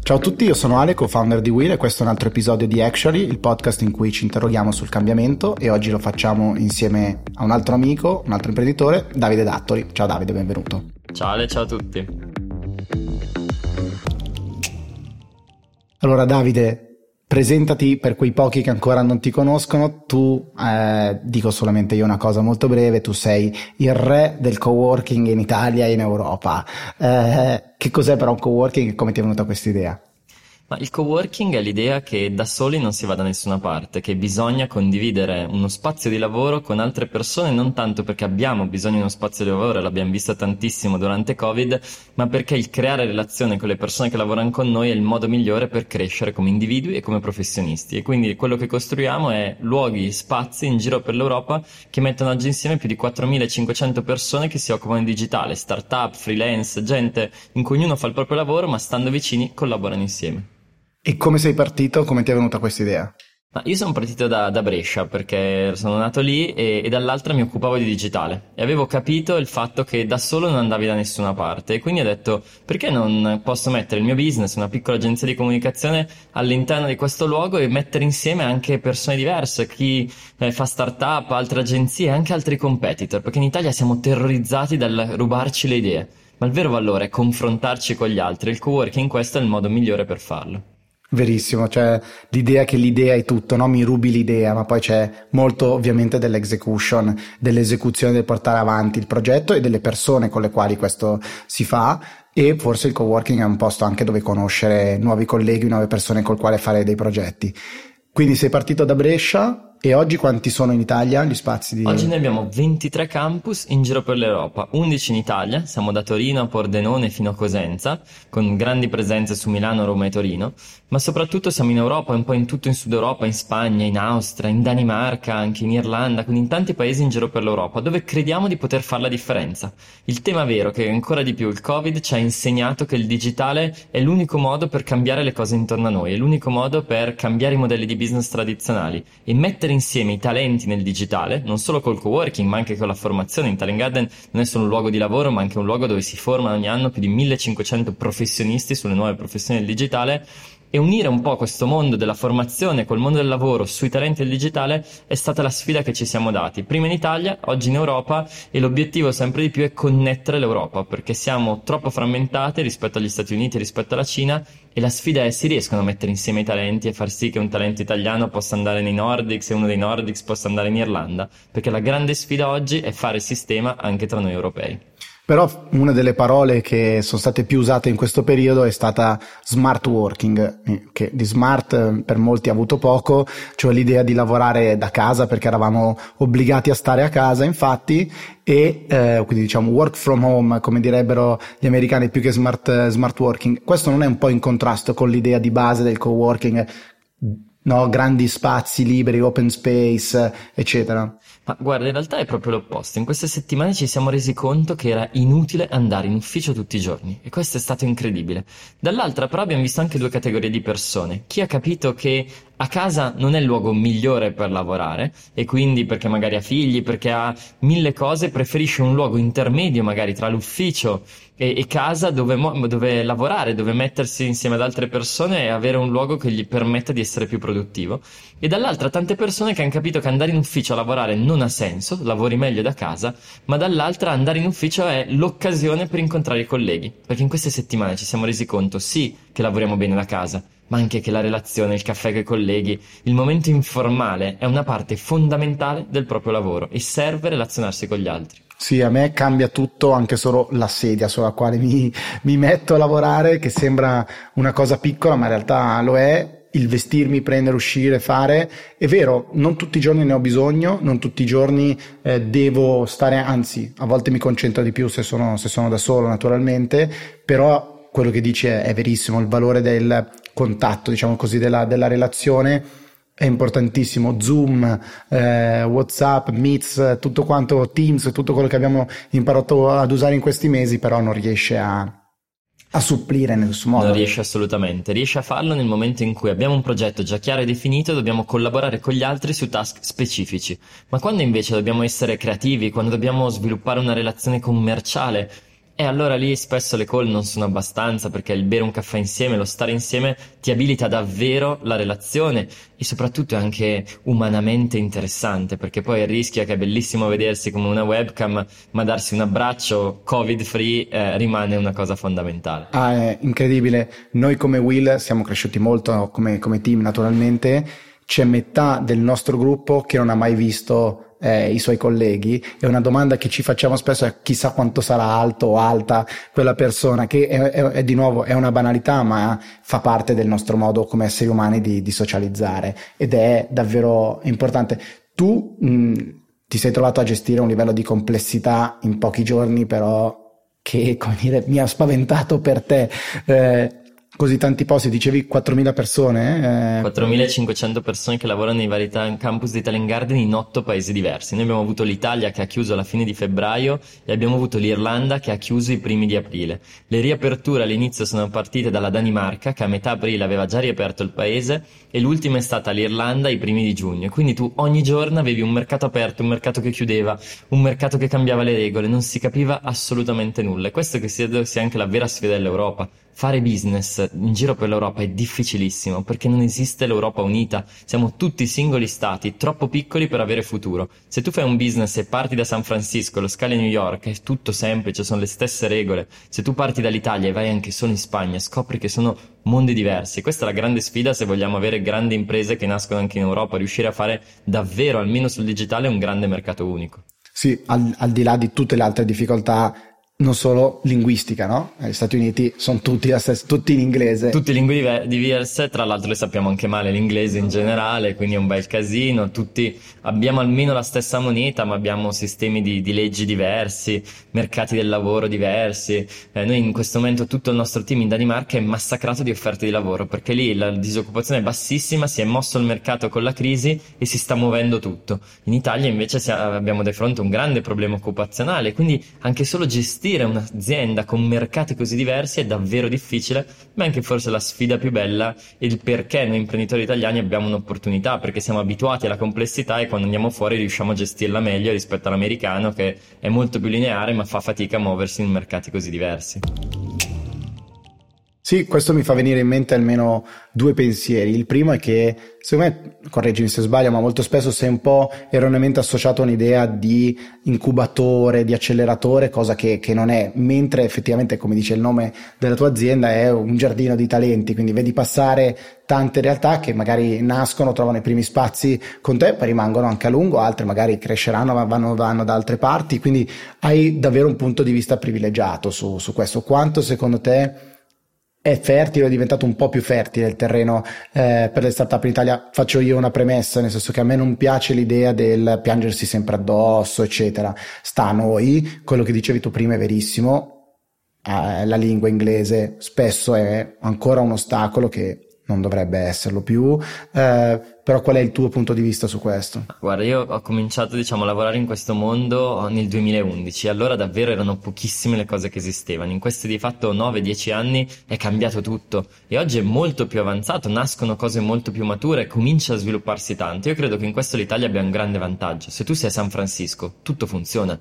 Ciao a tutti, io sono Ale, co-founder di Will, e questo è un altro episodio di Actually, il podcast in cui ci interroghiamo sul cambiamento, e oggi lo facciamo insieme a un altro amico, un altro imprenditore, Davide Dattoli. Ciao Davide, benvenuto. Ciao Ale, ciao a tutti. Allora Davide, presentati per quei pochi che ancora non ti conoscono. Tu, dico solamente io una cosa molto breve, tu sei il re del coworking in Italia e in Europa. Che cos'è però un coworking e come ti è venuta questa idea? Ma il coworking è l'idea che da soli non si va da nessuna parte, che bisogna condividere uno spazio di lavoro con altre persone, non tanto perché abbiamo bisogno di uno spazio di lavoro, l'abbiamo visto tantissimo durante Covid, ma perché il creare relazione con le persone che lavorano con noi è il modo migliore per crescere come individui e come professionisti. E quindi quello che costruiamo è luoghi, spazi in giro per l'Europa che mettono oggi insieme più di 4.500 persone che si occupano di digitale, startup, freelance, gente in cui ognuno fa il proprio lavoro, ma stando vicini collaborano insieme. E come sei partito? Come ti è venuta questa idea? Ma io sono partito da Brescia perché sono nato lì e dall'altra mi occupavo di digitale e avevo capito il fatto che da solo non andavi da nessuna parte, e quindi ho detto: perché non posso mettere il mio business, una piccola agenzia di comunicazione, all'interno di questo luogo e mettere insieme anche persone diverse, chi fa startup, altre agenzie, anche altri competitor, perché in Italia siamo terrorizzati dal rubarci le idee, ma il vero valore è confrontarci con gli altri. Il coworking questo è il modo migliore per farlo. Verissimo, cioè l'idea che l'idea è tutto, no? Mi rubi l'idea, ma poi c'è molto ovviamente dell'execution, dell'esecuzione, del portare avanti il progetto e delle persone con le quali questo si fa. E forse il coworking è un posto anche dove conoscere nuovi colleghi, nuove persone col quale fare dei progetti. Quindi sei partito da Brescia. E oggi quanti sono in Italia gli spazi di... Oggi noi abbiamo 23 campus in giro per l'Europa, 11 in Italia, siamo da Torino a Pordenone fino a Cosenza, con grandi presenze su Milano, Roma e Torino, ma soprattutto siamo in Europa, un po' in tutto in Sud Europa, in Spagna, in Austria, in Danimarca, anche in Irlanda, quindi in tanti paesi in giro per l'Europa, dove crediamo di poter fare la differenza. Il tema vero è che ancora di più il Covid ci ha insegnato che il digitale è l'unico modo per cambiare le cose intorno a noi, è l'unico modo per cambiare i modelli di business tradizionali e mettere insieme i talenti nel digitale, non solo col coworking ma anche con la formazione. In Talent Garden non è solo un luogo di lavoro, ma anche un luogo dove si formano ogni anno più di 1.500 professionisti sulle nuove professioni del digitale, e unire un po' questo mondo della formazione col mondo del lavoro sui talenti del digitale è stata la sfida che ci siamo dati, prima in Italia, oggi in Europa, e l'obiettivo sempre di più è connettere l'Europa, perché siamo troppo frammentati rispetto agli Stati Uniti, rispetto alla Cina, e la sfida è: si riescono a mettere insieme i talenti e far sì che un talento italiano possa andare nei Nordics e uno dei Nordics possa andare in Irlanda, perché la grande sfida oggi è fare sistema anche tra noi europei. Però una delle parole che sono state più usate in questo periodo è stata smart working, che di smart per molti ha avuto poco, cioè l'idea di lavorare da casa perché eravamo obbligati a stare a casa, infatti, e quindi diciamo work from home, come direbbero gli americani, più che smart working. Questo non è un po' in contrasto con l'idea di base del coworking, no? Grandi spazi liberi, open space, eccetera. Ma guarda, in realtà è proprio l'opposto. In queste settimane ci siamo resi conto che era inutile andare in ufficio tutti i giorni, e questo è stato incredibile. Dall'altra però abbiamo visto anche due categorie di persone: chi ha capito che a casa non è il luogo migliore per lavorare, e quindi perché magari ha figli, perché ha mille cose, preferisce un luogo intermedio magari tra l'ufficio e casa dove lavorare, dove mettersi insieme ad altre persone e avere un luogo che gli permetta di essere più produttivo. E dall'altra tante persone che hanno capito che andare in ufficio a lavorare non ha senso, lavori meglio da casa, ma dall'altra andare in ufficio è l'occasione per incontrare i colleghi, perché in queste settimane ci siamo resi conto sì che lavoriamo bene da casa, ma anche che la relazione, il caffè con i colleghi, il momento informale è una parte fondamentale del proprio lavoro e serve relazionarsi con gli altri. Sì, a me cambia tutto, anche solo la sedia sulla quale mi metto a lavorare, che sembra una cosa piccola, ma in realtà lo è. Il vestirmi, prendere, uscire, fare. È vero, non tutti i giorni ne ho bisogno, non tutti i giorni devo stare, anzi, a volte mi concentro di più se sono da solo, naturalmente, però quello che dici è verissimo, il valore del contatto, diciamo così, della relazione è importantissimo. Zoom, WhatsApp, Meets, tutto quanto, Teams, tutto quello che abbiamo imparato ad usare in questi mesi, però non riesce a supplire nel suo modo. Non riesce assolutamente, riesce a farlo nel momento in cui abbiamo un progetto già chiaro e definito, dobbiamo collaborare con gli altri su task specifici, ma quando invece dobbiamo essere creativi, quando dobbiamo sviluppare una relazione commerciale, E allora lì spesso le call non sono abbastanza, perché il bere un caffè insieme, lo stare insieme ti abilita davvero la relazione e soprattutto è anche umanamente interessante, perché poi il rischio è che è bellissimo vedersi come una webcam, ma darsi un abbraccio covid free rimane una cosa fondamentale. Ah, è incredibile. Noi come Will siamo cresciuti molto come team naturalmente. C'è metà del nostro gruppo che non ha mai visto i suoi colleghi, e una domanda che ci facciamo spesso è chissà quanto sarà alto o alta quella persona, che è di nuovo è una banalità, ma fa parte del nostro modo come esseri umani di socializzare, ed è davvero importante. Tu ti sei trovato a gestire un livello di complessità in pochi giorni, però che, come dire, mi ha spaventato per te. Così tanti posti, dicevi 4.000 persone? 4.500 persone che lavorano nei vari campus di Talent Garden in 8 paesi diversi. Noi abbiamo avuto l'Italia che ha chiuso alla fine di febbraio e abbiamo avuto l'Irlanda che ha chiuso i primi di aprile. Le riaperture all'inizio sono partite dalla Danimarca, che a metà aprile aveva già riaperto il paese, e l'ultima è stata l'Irlanda i primi di giugno. Quindi tu ogni giorno avevi un mercato aperto, un mercato che chiudeva, un mercato che cambiava le regole, non si capiva assolutamente nulla. E questo che credo sia anche la vera sfida dell'Europa. Fare business in giro per l'Europa è difficilissimo, perché non esiste l'Europa unita. Siamo tutti singoli stati, troppo piccoli per avere futuro. Se tu fai un business e parti da San Francisco, lo scali a New York, è tutto semplice, sono le stesse regole. Se tu parti dall'Italia e vai anche solo in Spagna, scopri che sono mondi diversi. Questa è la grande sfida se vogliamo avere grandi imprese che nascono anche in Europa, riuscire a fare davvero, almeno sul digitale, un grande mercato unico. Sì, al di là di tutte le altre difficoltà, non solo linguistica, no? Gli Stati Uniti sono tutti tutti in inglese. Tutte lingue diverse, tra l'altro le sappiamo anche male l'inglese in generale, quindi è un bel casino. Tutti abbiamo almeno la stessa moneta, ma abbiamo sistemi di leggi diversi, mercati del lavoro diversi. Noi in questo momento tutto il nostro team in Danimarca è massacrato di offerte di lavoro, perché lì la disoccupazione è bassissima, si è mosso il mercato con la crisi e si sta muovendo tutto. In Italia invece abbiamo di fronte un grande problema occupazionale, quindi anche solo gestire un'azienda con mercati così diversi è davvero difficile, ma anche forse la sfida più bella è il perché noi imprenditori italiani abbiamo un'opportunità, perché siamo abituati alla complessità e quando andiamo fuori riusciamo a gestirla meglio rispetto all'americano, che è molto più lineare ma fa fatica a muoversi in mercati così diversi. Sì, questo mi fa venire in mente almeno due pensieri. Il primo è che, secondo me, correggimi se sbaglio, ma molto spesso sei un po' erroneamente associato a un'idea di incubatore, di acceleratore, cosa che non è, mentre effettivamente, come dice il nome della tua azienda, è un giardino di talenti, quindi vedi passare tante realtà che magari nascono, trovano i primi spazi con te, poi rimangono anche a lungo, altre magari cresceranno, vanno da altre parti, quindi hai davvero un punto di vista privilegiato su questo. Quanto secondo te è fertile, è diventato un po' più fertile il terreno per le startup in Italia? Faccio io una premessa, nel senso che a me non piace l'idea del piangersi sempre addosso, eccetera. Sta a noi, quello che dicevi tu prima è verissimo, la lingua inglese spesso è ancora un ostacolo che non dovrebbe esserlo più, però qual è il tuo punto di vista su questo? Guarda, io ho cominciato, a lavorare in questo mondo nel 2011, allora davvero erano pochissime le cose che esistevano. In questi di fatto 9-10 anni è cambiato tutto e oggi è molto più avanzato, nascono cose molto più mature, comincia a svilupparsi tanto. Io credo che in questo l'Italia abbia un grande vantaggio. Se tu sei a San Francisco, tutto funziona.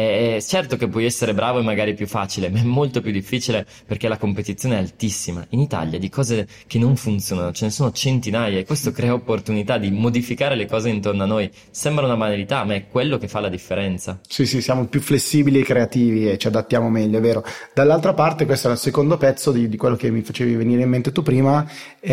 Certo che puoi essere bravo e magari più facile, ma è molto più difficile perché la competizione è altissima. In Italia di cose che non funzionano ce ne sono centinaia e questo crea opportunità di modificare le cose intorno a noi. Sembra una banalità, ma è quello che fa la differenza. Sì, siamo più flessibili e creativi e ci adattiamo meglio, è vero. Dall'altra parte, questo è il secondo pezzo di quello che mi facevi venire in mente tu prima,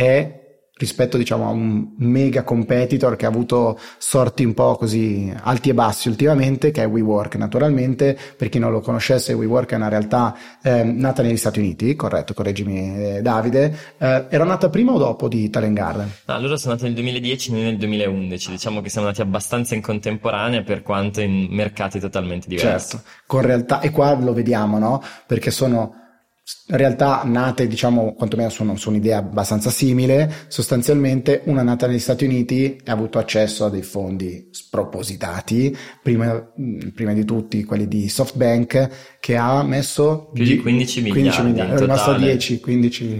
è rispetto a un mega competitor che ha avuto sorti un po' così alti e bassi ultimamente, che è WeWork. Naturalmente, per chi non lo conoscesse, WeWork è una realtà nata negli Stati Uniti, corretto, correggimi Davide. Era nata prima o dopo di Talent Garden? Loro sono nati nel 2010, noi nel 2011, diciamo che siamo nati abbastanza in contemporanea per quanto in mercati totalmente diversi. Certo, con realtà, e qua lo vediamo, no? Perché sono realtà nate, quantomeno su un'idea abbastanza simile. Sostanzialmente una nata negli Stati Uniti ha avuto accesso a dei fondi spropositati, prima di tutti quelli di SoftBank, che ha messo più di 15 miliardi è rimasto a 10, 15.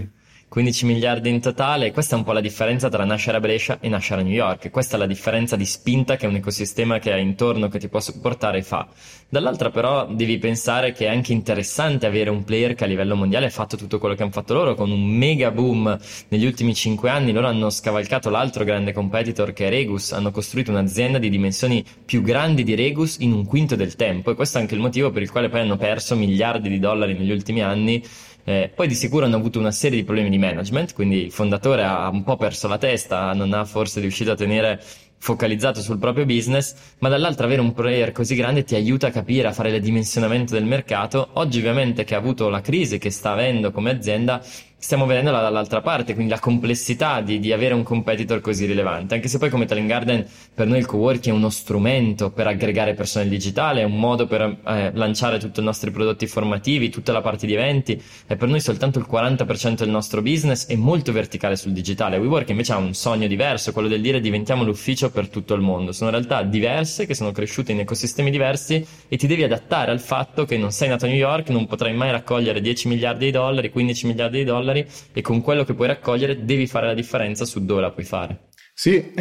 15 miliardi in totale. Questa è un po' la differenza tra nascere a Brescia e nascere a New York. Questa è la differenza di spinta che un ecosistema che hai intorno, che ti può supportare, fa. Dall'altra però devi pensare che è anche interessante avere un player che a livello mondiale ha fatto tutto quello che hanno fatto loro, con un mega boom negli ultimi 5 anni. Loro hanno scavalcato l'altro grande competitor che è Regus, hanno costruito un'azienda di dimensioni più grandi di Regus in un quinto del tempo, e questo è anche il motivo per il quale poi hanno perso miliardi di dollari negli ultimi anni. Poi di sicuro hanno avuto una serie di problemi di management, quindi il fondatore ha un po' perso la testa, non ha forse riuscito a tenere focalizzato sul proprio business, ma dall'altra avere un player così grande ti aiuta a capire, a fare il dimensionamento del mercato. Oggi ovviamente che ha avuto la crisi che sta avendo come azienda, stiamo vedendola dall'altra parte, quindi la complessità di avere un competitor così rilevante, anche se poi come Talent Garden per noi il coworking è uno strumento per aggregare persone al digitale, è un modo per lanciare tutti i nostri prodotti formativi, tutta la parte di eventi, e per noi soltanto il 40% del nostro business è molto verticale sul digitale. WeWork invece ha un sogno diverso, quello del dire diventiamo l'ufficio per tutto il mondo. Sono realtà diverse che sono cresciute in ecosistemi diversi e ti devi adattare al fatto che non sei nato a New York, non potrai mai raccogliere 10 miliardi di dollari, 15 miliardi di dollari, e con quello che puoi raccogliere devi fare la differenza su dove la puoi fare. Sì,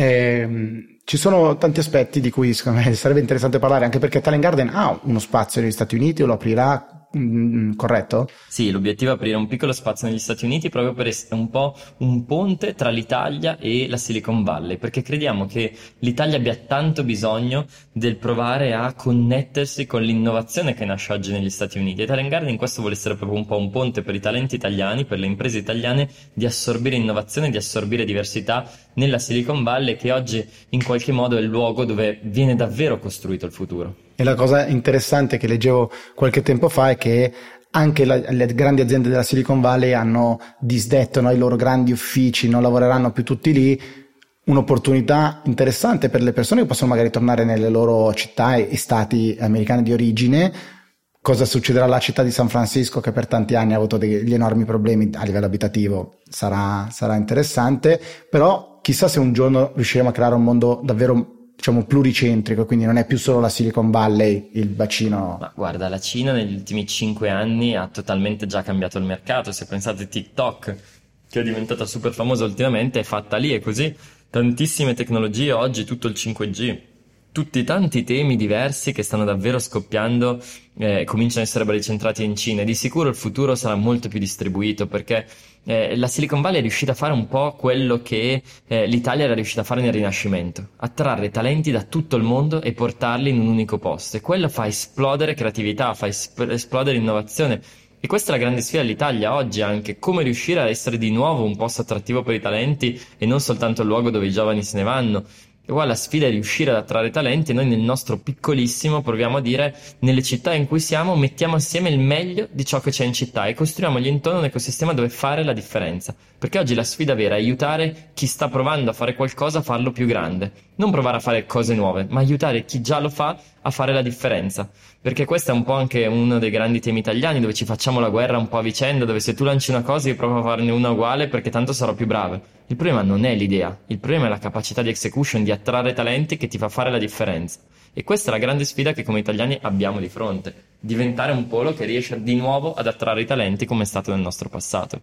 ci sono tanti aspetti di cui secondo me sarebbe interessante parlare, anche perché Talent Garden ha uno spazio negli Stati Uniti o lo aprirà, corretto? Sì, l'obiettivo è aprire un piccolo spazio negli Stati Uniti proprio per essere un po' un ponte tra l'Italia e la Silicon Valley, perché crediamo che l'Italia abbia tanto bisogno del provare a connettersi con l'innovazione che nasce oggi negli Stati Uniti, e Talent Garden in questo vuole essere proprio un po' un ponte per i talenti italiani, per le imprese italiane, di assorbire innovazione, di assorbire diversità nella Silicon Valley, che oggi in qualche modo è il luogo dove viene davvero costruito il futuro. E la cosa interessante che leggevo qualche tempo fa è che anche le grandi aziende della Silicon Valley hanno disdetto, no, i loro grandi uffici, non lavoreranno più tutti lì. Un'opportunità interessante per le persone che possono magari tornare nelle loro città e stati americani di origine. Cosa succederà alla città di San Francisco, che per tanti anni ha avuto degli enormi problemi a livello abitativo, sarà interessante, però chissà se un giorno riusciremo a creare un mondo davvero, diciamo, pluricentrico, quindi non è più solo la Silicon Valley il bacino. Ma guarda, la Cina negli ultimi 5 anni ha totalmente già cambiato il mercato. Se pensate a TikTok, che è diventata super famosa ultimamente, è fatta lì, è così. Tantissime tecnologie oggi, tutto il 5G, tutti tanti temi diversi che stanno davvero scoppiando, cominciano a essere belli centrati in Cina, e di sicuro il futuro sarà molto più distribuito, perché la Silicon Valley è riuscita a fare un po' quello che l'Italia era riuscita a fare nel Rinascimento: attrarre talenti da tutto il mondo e portarli in un unico posto, e quello fa esplodere creatività, fa esplodere innovazione. E questa è la grande sfida dell'Italia oggi, anche come riuscire a essere di nuovo un posto attrattivo per i talenti e non soltanto il luogo dove i giovani se ne vanno. E qua la sfida è riuscire ad attrarre talenti, e noi nel nostro piccolissimo proviamo a dire: nelle città in cui siamo mettiamo assieme il meglio di ciò che c'è in città e costruiamogli intorno un ecosistema dove fare la differenza. Perché oggi la sfida vera è aiutare chi sta provando a fare qualcosa a farlo più grande, non provare a fare cose nuove, ma aiutare chi già lo fa a fare la differenza. Perché questo è un po' anche uno dei grandi temi italiani, dove ci facciamo la guerra un po' a vicenda, dove se tu lanci una cosa io provo a farne una uguale perché tanto sarò più bravo. Il problema non è l'idea, il problema è la capacità di execution, di attrarre talenti che ti fa fare la differenza. E questa è la grande sfida che come italiani abbiamo di fronte: diventare un polo che riesce di nuovo ad attrarre i talenti come è stato nel nostro passato.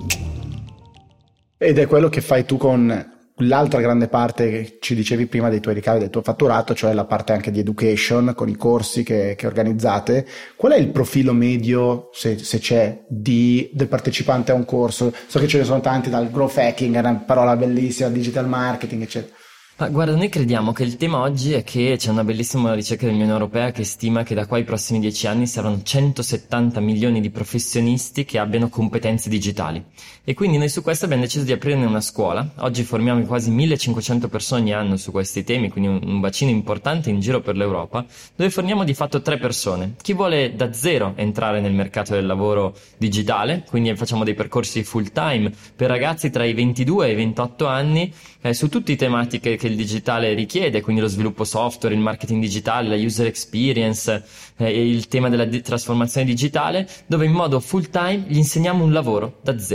Ed è quello che fai tu con l'altra grande parte che ci dicevi prima dei tuoi ricavi, del tuo fatturato, cioè la parte anche di education, con i corsi che organizzate. Qual è il profilo medio, se c'è, del partecipante a un corso? So che ce ne sono tanti, dal growth hacking, è una parola bellissima, digital marketing, eccetera. Ma guarda, noi crediamo che il tema oggi è che c'è una bellissima ricerca dell'Unione Europea che stima che da qua ai prossimi 10 anni saranno 170 milioni di professionisti che abbiano competenze digitali. E quindi noi su questo abbiamo deciso di aprirne una scuola. Oggi formiamo quasi 1500 persone ogni anno su questi temi, quindi un bacino importante in giro per l'Europa, dove forniamo di fatto 3 persone. Chi vuole da zero entrare nel mercato del lavoro digitale, quindi facciamo dei percorsi full time per ragazzi tra i 22 e i 28 anni, su tutte le tematiche che il digitale richiede, quindi lo sviluppo software, il marketing digitale, la user experience, il tema della trasformazione digitale, dove in modo full time gli insegniamo un lavoro da zero.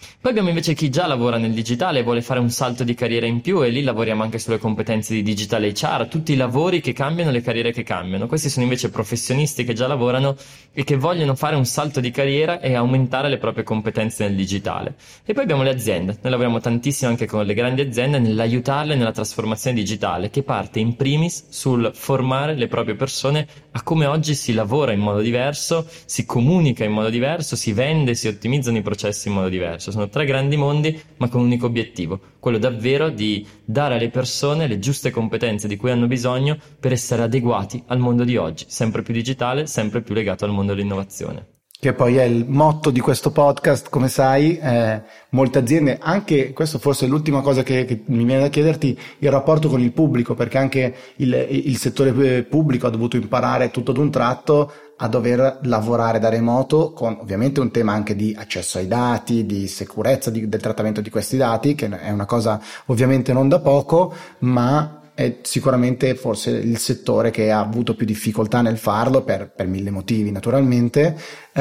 Poi abbiamo invece chi già lavora nel digitale e vuole fare un salto di carriera in più, e lì lavoriamo anche sulle competenze di digital HR, tutti i lavori che cambiano, le carriere che cambiano. Questi sono invece professionisti che già lavorano e che vogliono fare un salto di carriera e aumentare le proprie competenze nel digitale. E poi abbiamo le aziende. Noi lavoriamo tantissimo anche con le grandi aziende nell'aiutarle nella trasformazione digitale, che parte in primis sul formare le proprie persone a come oggi si lavora in modo diverso, si comunica in modo diverso, si vende, si ottimizzano i processi in modo diverso. Sono 3 grandi mondi, ma con un unico obiettivo, quello davvero di dare alle persone le giuste competenze di cui hanno bisogno per essere adeguati al mondo di oggi, sempre più digitale, sempre più legato al mondo dell'innovazione. Che poi è il motto di questo podcast, come sai, molte aziende, anche questo forse è l'ultima cosa che mi viene da chiederti, il rapporto con il pubblico, perché anche il settore pubblico ha dovuto imparare tutto d'un tratto a dover lavorare da remoto, con ovviamente un tema anche di accesso ai dati, di sicurezza del trattamento di questi dati, che è una cosa ovviamente non da poco, ma è sicuramente forse il settore che ha avuto più difficoltà nel farlo per 1000 motivi naturalmente.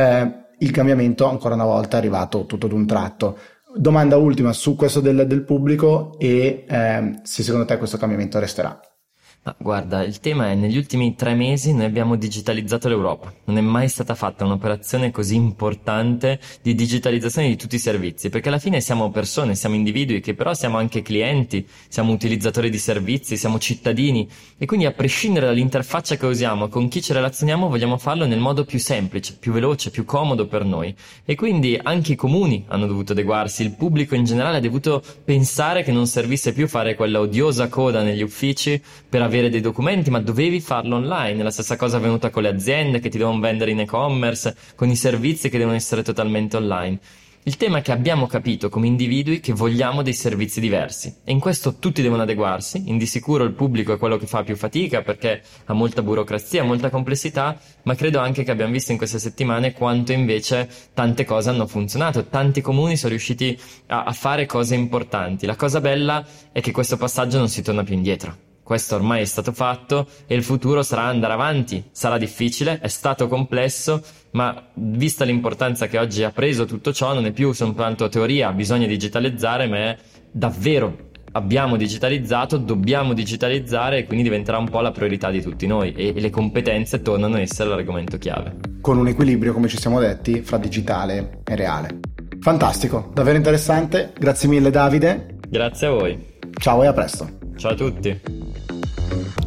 Il cambiamento ancora una volta è arrivato tutto d'un tratto. Domanda ultima su questo del pubblico e se secondo te questo cambiamento resterà. Ma guarda, il tema è: negli ultimi 3 mesi noi abbiamo digitalizzato l'Europa. Non è mai stata fatta un'operazione così importante di digitalizzazione di tutti i servizi, perché alla fine siamo persone, siamo individui che però siamo anche clienti, siamo utilizzatori di servizi, siamo cittadini, e quindi a prescindere dall'interfaccia che usiamo, con chi ci relazioniamo, vogliamo farlo nel modo più semplice, più veloce, più comodo per noi. E quindi anche i comuni hanno dovuto adeguarsi, il pubblico in generale ha dovuto pensare che non servisse più fare quella odiosa coda negli uffici per avere dei documenti, ma dovevi farlo online. La stessa cosa è avvenuta con le aziende che ti devono vendere in e-commerce, con i servizi che devono essere totalmente online. Il tema è che abbiamo capito come individui che vogliamo dei servizi diversi, e in questo tutti devono adeguarsi. Di sicuro il pubblico è quello che fa più fatica perché ha molta burocrazia, molta complessità, ma credo anche che abbiamo visto in queste settimane quanto invece tante cose hanno funzionato, tanti comuni sono riusciti a fare cose importanti. La cosa bella è che questo passaggio non si torna più indietro. Questo ormai è stato fatto e il futuro sarà andare avanti. Sarà difficile, è stato complesso, ma vista l'importanza che oggi ha preso tutto ciò, non è più soltanto teoria, bisogna digitalizzare, ma è davvero: abbiamo digitalizzato, dobbiamo digitalizzare, e quindi diventerà un po' la priorità di tutti noi, e le competenze tornano a essere l'argomento chiave. Con un equilibrio, come ci siamo detti, fra digitale e reale. Fantastico, davvero interessante. Grazie mille Davide. Grazie a voi. Ciao e a presto. Ciao a tutti.